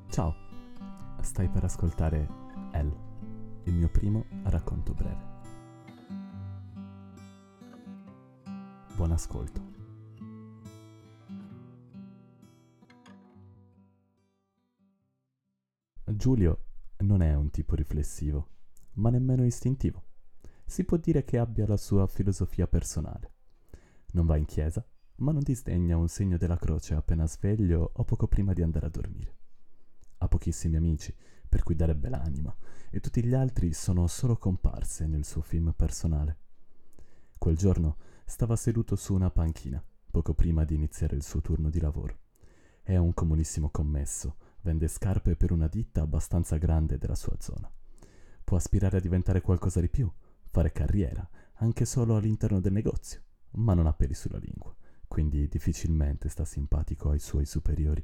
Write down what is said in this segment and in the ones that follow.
Ciao, stai per ascoltare Elle, il mio primo racconto breve. Buon ascolto. Giulio non è un tipo riflessivo, ma nemmeno istintivo. Si può dire che abbia la sua filosofia personale. Non va in chiesa, ma non disdegna un segno della croce appena sveglio o poco prima di andare a dormire. Ha pochissimi amici, per cui darebbe l'anima, e tutti gli altri sono solo comparse nel suo film personale. Quel giorno stava seduto su una panchina, poco prima di iniziare il suo turno di lavoro. È un comunissimo commesso, vende scarpe per una ditta abbastanza grande della sua zona. Può aspirare a diventare qualcosa di più, fare carriera, anche solo all'interno del negozio, ma non ha peli sulla lingua, quindi difficilmente sta simpatico ai suoi superiori.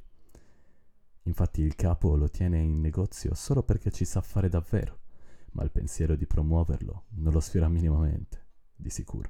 Infatti il capo lo tiene in negozio solo perché ci sa fare davvero, ma il pensiero di promuoverlo non lo sfiora minimamente, di sicuro.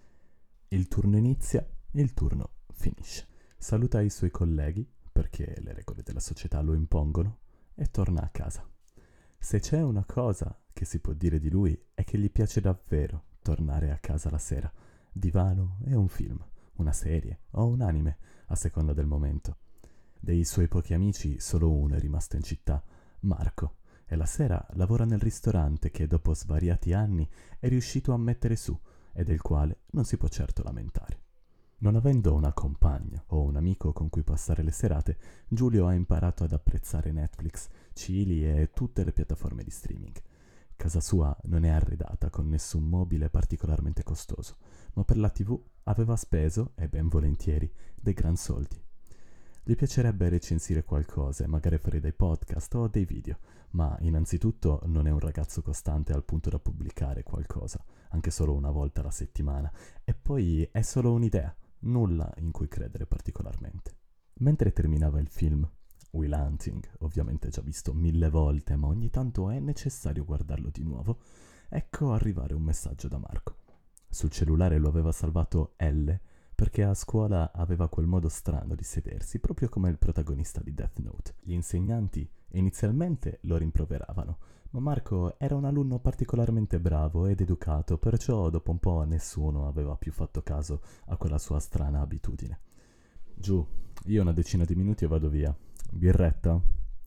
Il turno inizia, il turno finisce. Saluta i suoi colleghi, perché le regole della società lo impongono, e torna a casa. Se c'è una cosa che si può dire di lui è che gli piace davvero tornare a casa la sera. Divano e un film, una serie o un anime, a seconda del momento. Dei suoi pochi amici solo uno è rimasto in città, Marco, e la sera lavora nel ristorante che dopo svariati anni è riuscito a mettere su e del quale non si può certo lamentare. Non avendo una compagna o un amico con cui passare le serate, Giulio ha imparato ad apprezzare Netflix, Cili e tutte le piattaforme di streaming. Casa sua non è arredata con nessun mobile particolarmente costoso, ma per la TV aveva speso, e ben volentieri, dei gran soldi. Gli piacerebbe recensire qualcosa e magari fare dei podcast o dei video, ma innanzitutto non è un ragazzo costante al punto da pubblicare qualcosa, anche solo una volta alla settimana, e poi è solo un'idea, nulla in cui credere particolarmente. Mentre terminava il film, Will Hunting, ovviamente già visto 1000 volte, ma ogni tanto è necessario guardarlo di nuovo, ecco arrivare un messaggio da Marco. Sul cellulare lo aveva salvato L, perché a scuola aveva quel modo strano di sedersi, proprio come il protagonista di Death Note. Gli insegnanti inizialmente lo rimproveravano, ma Marco era un alunno particolarmente bravo ed educato, perciò dopo un po' nessuno aveva più fatto caso a quella sua strana abitudine. Giù, io una decina di minuti e vado via. Birretta?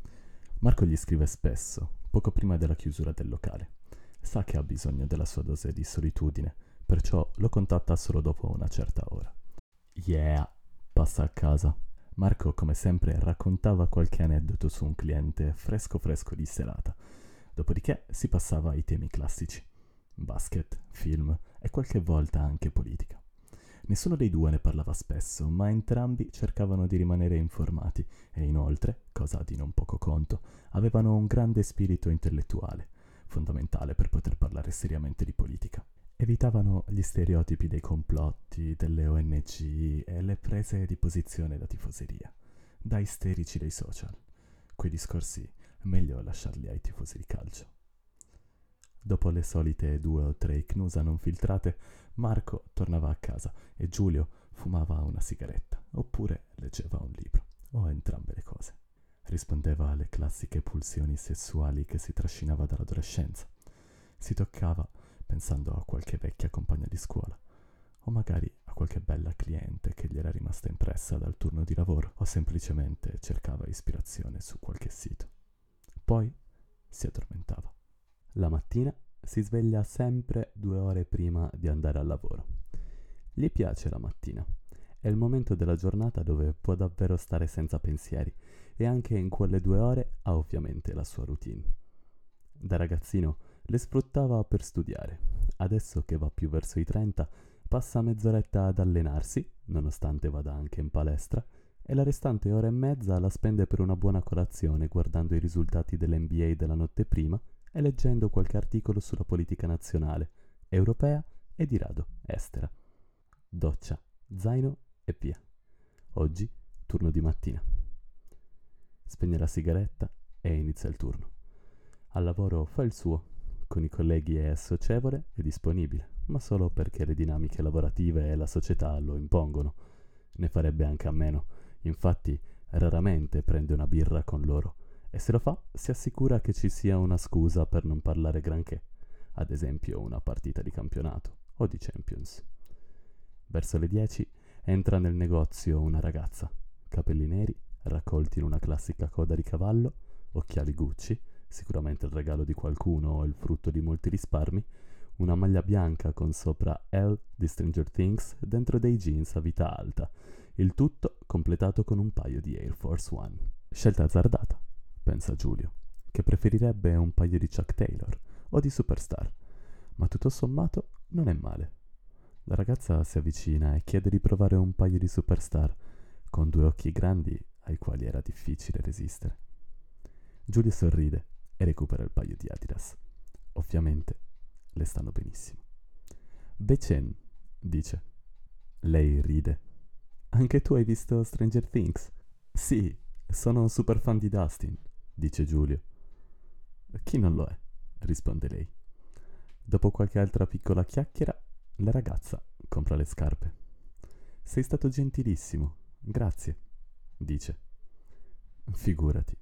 Marco gli scrive spesso, poco prima della chiusura del locale. Sa che ha bisogno della sua dose di solitudine, perciò lo contatta solo dopo una certa ora. Yeah, passa a casa. Marco, come sempre, raccontava qualche aneddoto su un cliente fresco di serata. Dopodiché si passava ai temi classici. Basket, film e qualche volta anche politica. Nessuno dei due ne parlava spesso, ma entrambi cercavano di rimanere informati e inoltre, cosa di non poco conto, avevano un grande spirito intellettuale, fondamentale per poter parlare seriamente di politica. Evitavano gli stereotipi dei complotti, delle ONG e le prese di posizione da tifoseria, da isterici dei social. Quei discorsi è meglio lasciarli ai tifosi di calcio. Dopo le solite 2 o 3 cnusa non filtrate, Marco tornava a casa e Giulio fumava una sigaretta, oppure leggeva un libro, o entrambe le cose. Rispondeva alle classiche pulsioni sessuali che si trascinava dall'adolescenza. Si toccava pensando a qualche vecchia compagna di scuola, o magari a qualche bella cliente che gli era rimasta impressa dal turno di lavoro, o semplicemente cercava ispirazione su qualche sito. Poi si addormentava. La mattina si sveglia sempre 2 ore prima di andare al lavoro. Gli piace la mattina. È il momento della giornata dove può davvero stare senza pensieri e anche in quelle 2 ore ha ovviamente la sua routine. Da ragazzino le sfruttava per studiare. Adesso che va più verso i 30, passa mezz'oretta ad allenarsi, nonostante vada anche in palestra, e la restante ora e mezza la spende per una buona colazione guardando i risultati dell'NBA della notte prima e leggendo qualche articolo sulla politica nazionale, europea e di rado estera. Doccia, zaino e via. Oggi turno di mattina. Spegne la sigaretta e inizia il turno. Al lavoro fa il suo, con i colleghi è socievole e disponibile, ma solo perché le dinamiche lavorative e la società lo impongono. Ne farebbe anche a meno, infatti raramente prende una birra con loro E se lo fa, si assicura che ci sia una scusa per non parlare granché, ad esempio una partita di campionato o di Champions. Verso le 10 entra nel negozio una ragazza, capelli neri, raccolti in una classica coda di cavallo, occhiali Gucci, sicuramente il regalo di qualcuno o il frutto di molti risparmi, una maglia bianca con sopra L di Stranger Things dentro dei jeans a vita alta, il tutto completato con un paio di Air Force One. Scelta azzardata, pensa Giulio, che preferirebbe un paio di Chuck Taylor o di Superstar, ma tutto sommato non è male. La ragazza si avvicina e chiede di provare un paio di Superstar, con due occhi grandi ai quali era difficile resistere. Giulio sorride e recupera il paio di Adidas. Ovviamente le stanno benissimo. Becen, dice. Lei ride. Anche tu hai visto Stranger Things? Sì, sono un super fan di Dustin, dice Giulio. Chi non lo è? Risponde lei. Dopo qualche altra piccola chiacchiera, la ragazza compra le scarpe. Sei stato gentilissimo, grazie, dice. Figurati.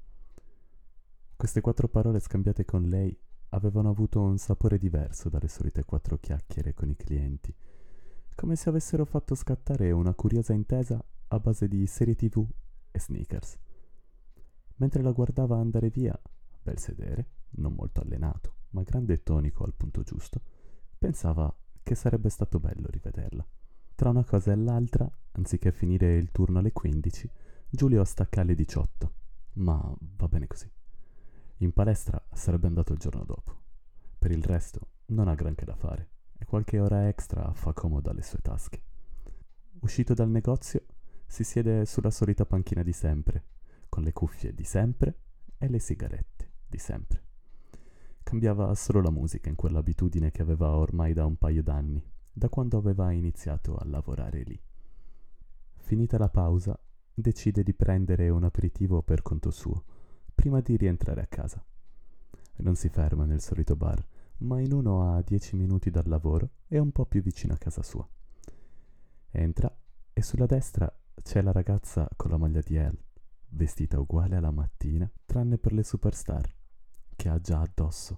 Queste 4 parole scambiate con lei avevano avuto un sapore diverso dalle solite 4 chiacchiere con i clienti, come se avessero fatto scattare una curiosa intesa a base di serie TV e sneakers. Mentre la guardava andare via, bel sedere, non molto allenato, ma grande e tonico al punto giusto, pensava che sarebbe stato bello rivederla. Tra una cosa e l'altra, anziché finire il turno alle 15, Giulio stacca alle 18, ma va bene così. In palestra sarebbe andato il giorno dopo. Per il resto non ha granché da fare e qualche ora extra fa comodo alle sue tasche. Uscito dal negozio, si siede sulla solita panchina di sempre, con le cuffie di sempre e le sigarette di sempre. Cambiava solo la musica in quell'abitudine che aveva ormai da un paio d'anni, da quando aveva iniziato a lavorare lì. Finita la pausa, decide di prendere un aperitivo per conto suo, prima di rientrare a casa. Non si ferma nel solito bar, ma in uno a 10 minuti dal lavoro e un po' più vicino a casa sua. Entra e sulla destra c'è la ragazza con la maglia di Elle, vestita uguale alla mattina, tranne per le Superstar, che ha già addosso.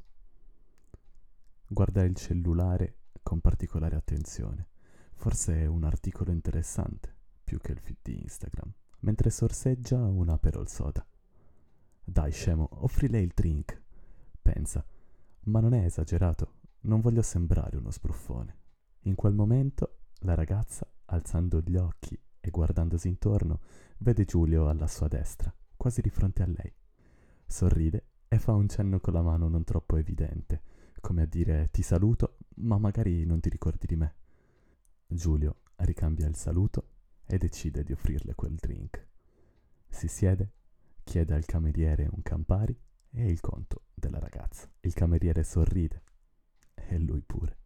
Guarda il cellulare con particolare attenzione, forse è un articolo interessante, più che il feed di Instagram, mentre sorseggia un Aperol Soda. Dai, scemo, offri lei il drink, pensa, ma non è esagerato, non voglio sembrare uno sbruffone. In quel momento la ragazza, alzando gli occhi e guardandosi intorno, vede Giulio alla sua destra, quasi di fronte a lei. Sorride e fa un cenno con la mano non troppo evidente, come a dire ti saluto, ma magari non ti ricordi di me. Giulio ricambia il saluto e decide di offrirle quel drink. Si siede, chiede al cameriere un Campari e il conto della ragazza. Il cameriere sorride e lui pure.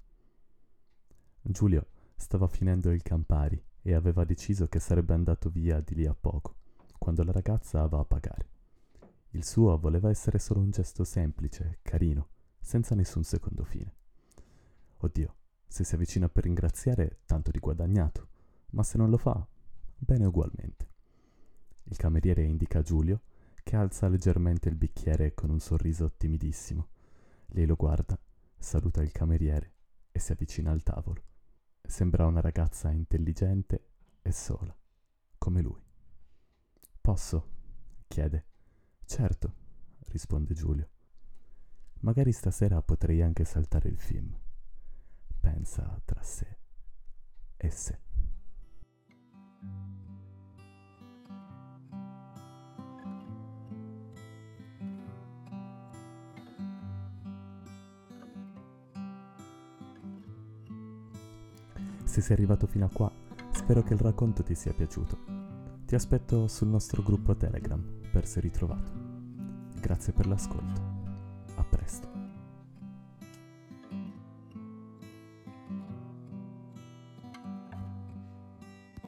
Giulio stava finendo il Campari e aveva deciso che sarebbe andato via di lì a poco, quando la ragazza va a pagare. Il suo voleva essere solo un gesto semplice, carino, senza nessun secondo fine. Oddio, se si avvicina per ringraziare, tanto di guadagnato, ma se non lo fa, bene ugualmente. Il cameriere indica Giulio, che alza leggermente il bicchiere con un sorriso timidissimo. Lei lo guarda, saluta il cameriere e si avvicina al tavolo. Sembra una ragazza intelligente e sola, come lui. Posso? Chiede. Certo, risponde Giulio. Magari stasera potrei anche saltare il film. Pensa tra sé e sé. Se sei arrivato fino a qua, spero che il racconto ti sia piaciuto. Ti aspetto sul nostro gruppo Telegram per Se Ritrovato. Grazie per l'ascolto. A presto.